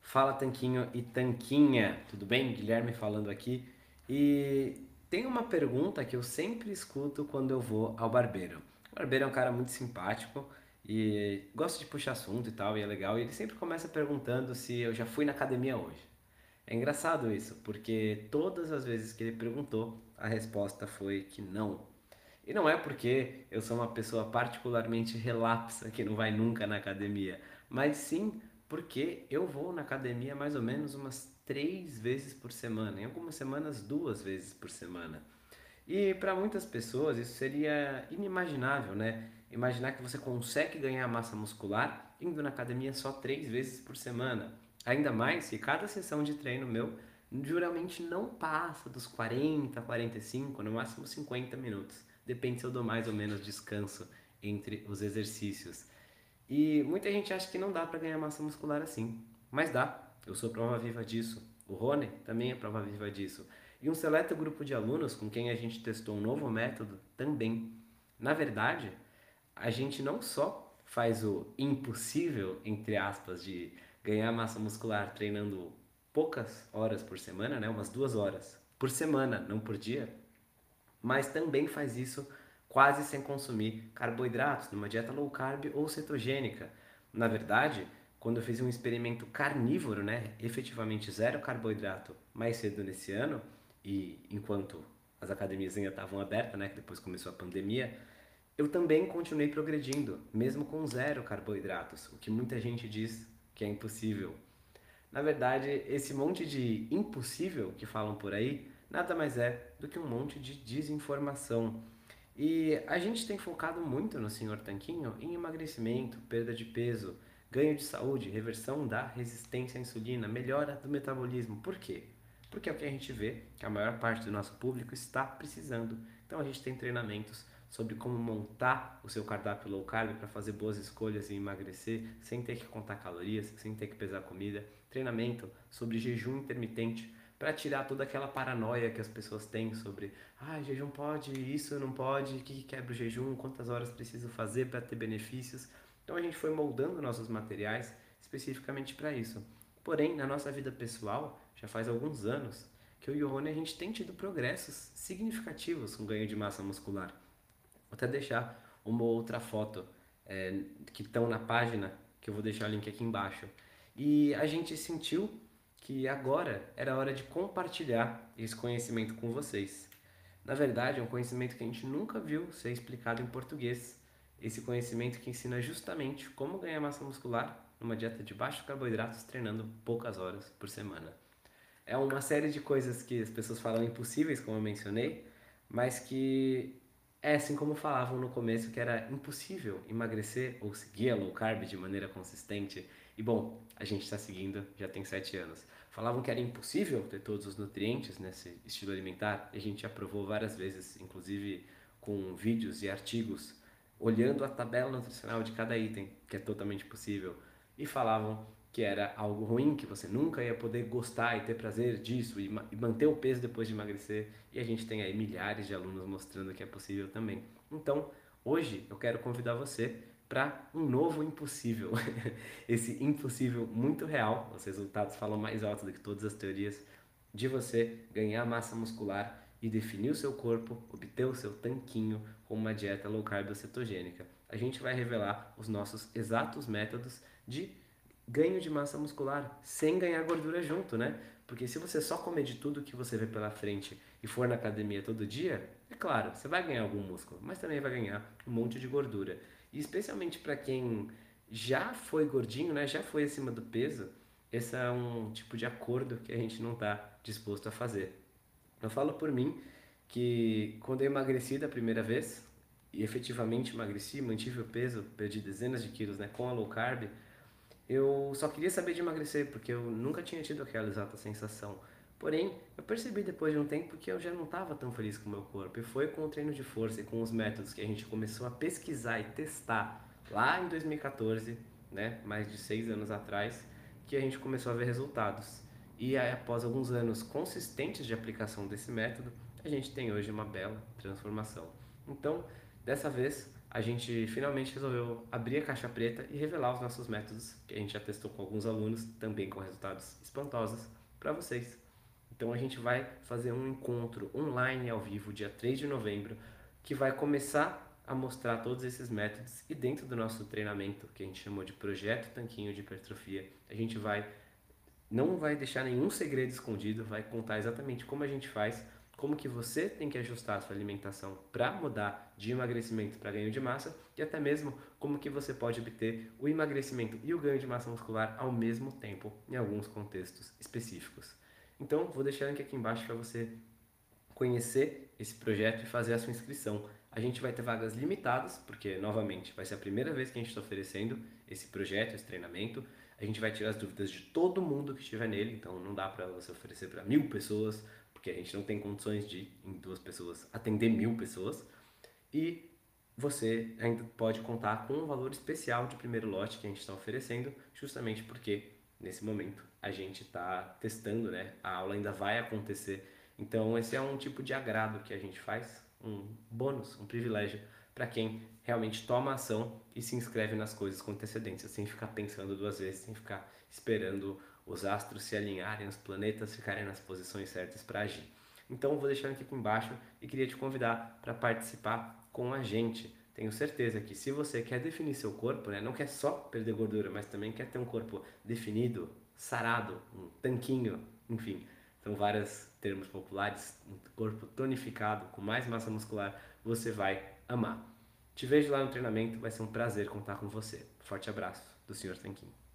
Fala Tanquinho e Tanquinha, tudo bem? Guilherme falando aqui. E tem uma pergunta que eu sempre escuto quando eu vou ao barbeiro. O barbeiro é um cara muito simpático e gosta de puxar assunto e tal, e é legal. E ele sempre começa perguntando se eu já fui na academia hoje. É engraçado isso, porque todas as vezes que ele perguntou, a resposta foi que não. E não é porque eu sou uma pessoa particularmente relapsa que não vai nunca na academia, mas sim porque eu vou na academia mais ou menos umas 3 vezes por semana, em algumas semanas 2 vezes por semana. E para muitas pessoas isso seria inimaginável, né? Imaginar que você consegue ganhar massa muscular indo na academia só 3 vezes por semana. Ainda mais que cada sessão de treino meu geralmente não passa dos 40, 45, no máximo 50 minutos. Depende se eu dou mais ou menos descanso entre os exercícios. E muita gente acha que não dá para ganhar massa muscular assim, mas dá. Eu sou prova viva disso. O Rony também é prova viva disso. E um seleto grupo de alunos com quem a gente testou um novo método também. Na verdade, a gente não só faz o impossível, entre aspas, de ganhar massa muscular treinando poucas horas por semana, né? Umas 2 horas por semana, não por dia, mas também faz isso quase sem consumir carboidratos, numa dieta low carb ou cetogênica. Na verdade, quando eu fiz um experimento carnívoro, né, efetivamente zero carboidrato, mais cedo nesse ano, e enquanto as academias ainda estavam abertas, né, que depois começou a pandemia, eu também continuei progredindo, mesmo com zero carboidratos, o que muita gente diz que é impossível. Na verdade, esse monte de impossível que falam por aí nada mais é do que um monte de desinformação. E a gente tem focado muito no Senhor Tanquinho em emagrecimento, perda de peso, ganho de saúde, reversão da resistência à insulina, melhora do metabolismo. Por quê? Porque é o que a gente vê que a maior parte do nosso público está precisando. Então a gente tem treinamentos sobre como montar o seu cardápio low carb para fazer boas escolhas e emagrecer sem ter que contar calorias, sem ter que pesar comida. Treinamento sobre jejum intermitente para tirar toda aquela paranoia que as pessoas têm sobre jejum pode, isso não pode, o que quebra o jejum, quantas horas preciso fazer para ter benefícios. Então a gente foi moldando nossos materiais especificamente para isso. Porém, na nossa vida pessoal, já faz alguns anos que eu e o Rony a gente tem tido progressos significativos com ganho de massa muscular. Vou até deixar uma outra foto que estão na página, que eu vou deixar o link aqui embaixo. E a gente sentiu que agora era hora de compartilhar esse conhecimento com vocês. Na verdade, é um conhecimento que a gente nunca viu ser explicado em português. Esse conhecimento que ensina justamente como ganhar massa muscular numa dieta de baixos carboidratos, treinando poucas horas por semana. É uma série de coisas que as pessoas falam impossíveis, como eu mencionei, mas que é assim como falavam no começo que era impossível emagrecer ou seguir a low carb de maneira consistente. E bom, a gente está seguindo já tem 7 anos. Falavam que era impossível ter todos os nutrientes nesse estilo alimentar, e a gente já provou várias vezes, inclusive com vídeos e artigos, olhando a tabela nutricional de cada item, que é totalmente possível. E falavam que era algo ruim, que você nunca ia poder gostar e ter prazer disso e manter o peso depois de emagrecer. E a gente tem aí milhares de alunos mostrando que é possível também. Então, hoje eu quero convidar você para um novo impossível. Esse impossível muito real, os resultados falam mais alto do que todas as teorias, de você ganhar massa muscular e definir o seu corpo, obter o seu tanquinho com uma dieta low carb ou cetogênica. A gente vai revelar os nossos exatos métodos de ganho de massa muscular, sem ganhar gordura junto, né? Porque se você só comer de tudo que você vê pela frente e for na academia todo dia, é claro, você vai ganhar algum músculo, mas também vai ganhar um monte de gordura. E especialmente para quem já foi gordinho, né? Já foi acima do peso, esse é um tipo de acordo que a gente não está disposto a fazer. Eu falo por mim que quando eu emagreci da primeira vez, e efetivamente emagreci, mantive o peso, perdi dezenas de quilos, né, com a low carb, eu só queria saber de emagrecer, porque eu nunca tinha tido aquela exata sensação. Porém, eu percebi depois de um tempo que eu já não estava tão feliz com o meu corpo. E foi com o treino de força e com os métodos que a gente começou a pesquisar e testar lá em 2014, né, mais de 6 anos atrás, que a gente começou a ver resultados. E aí, após alguns anos consistentes de aplicação desse método, a gente tem hoje uma bela transformação. Então, dessa vez, a gente finalmente resolveu abrir a caixa preta e revelar os nossos métodos, que a gente já testou com alguns alunos, também com resultados espantosos, para vocês. Então a gente vai fazer um encontro online ao vivo, dia 3 de novembro, que vai começar a mostrar todos esses métodos e dentro do nosso treinamento, que a gente chamou de Projeto Tanquinho de Hipertrofia, a gente não vai deixar nenhum segredo escondido, vai contar exatamente como a gente faz, como que você tem que ajustar a sua alimentação para mudar de emagrecimento para ganho de massa e até mesmo como que você pode obter o emagrecimento e o ganho de massa muscular ao mesmo tempo em alguns contextos específicos. Então, vou deixar o link aqui embaixo para você conhecer esse projeto e fazer a sua inscrição. A gente vai ter vagas limitadas, porque, novamente, vai ser a primeira vez que a gente está oferecendo esse projeto, esse treinamento. A gente vai tirar as dúvidas de todo mundo que estiver nele, então não dá para você oferecer para 1.000 pessoas, porque a gente não tem condições de, em 2 pessoas, atender 1.000 pessoas. E você ainda pode contar com um valor especial de primeiro lote que a gente está oferecendo, justamente porque nesse momento a gente está testando, né? A aula ainda vai acontecer. Então esse é um tipo de agrado que a gente faz, um bônus, um privilégio para quem realmente toma ação e se inscreve nas coisas com antecedência, sem ficar pensando duas vezes, sem ficar esperando os astros se alinharem, os planetas ficarem nas posições certas para agir. Então vou deixar aqui embaixo e queria te convidar para participar com a gente. Tenho certeza que se você quer definir seu corpo, né, não quer só perder gordura, mas também quer ter um corpo definido, sarado, um tanquinho, enfim, são vários termos populares, um corpo tonificado, com mais massa muscular, você vai amar. Te vejo lá no treinamento, vai ser um prazer contar com você. Forte abraço do Sr. Tanquinho.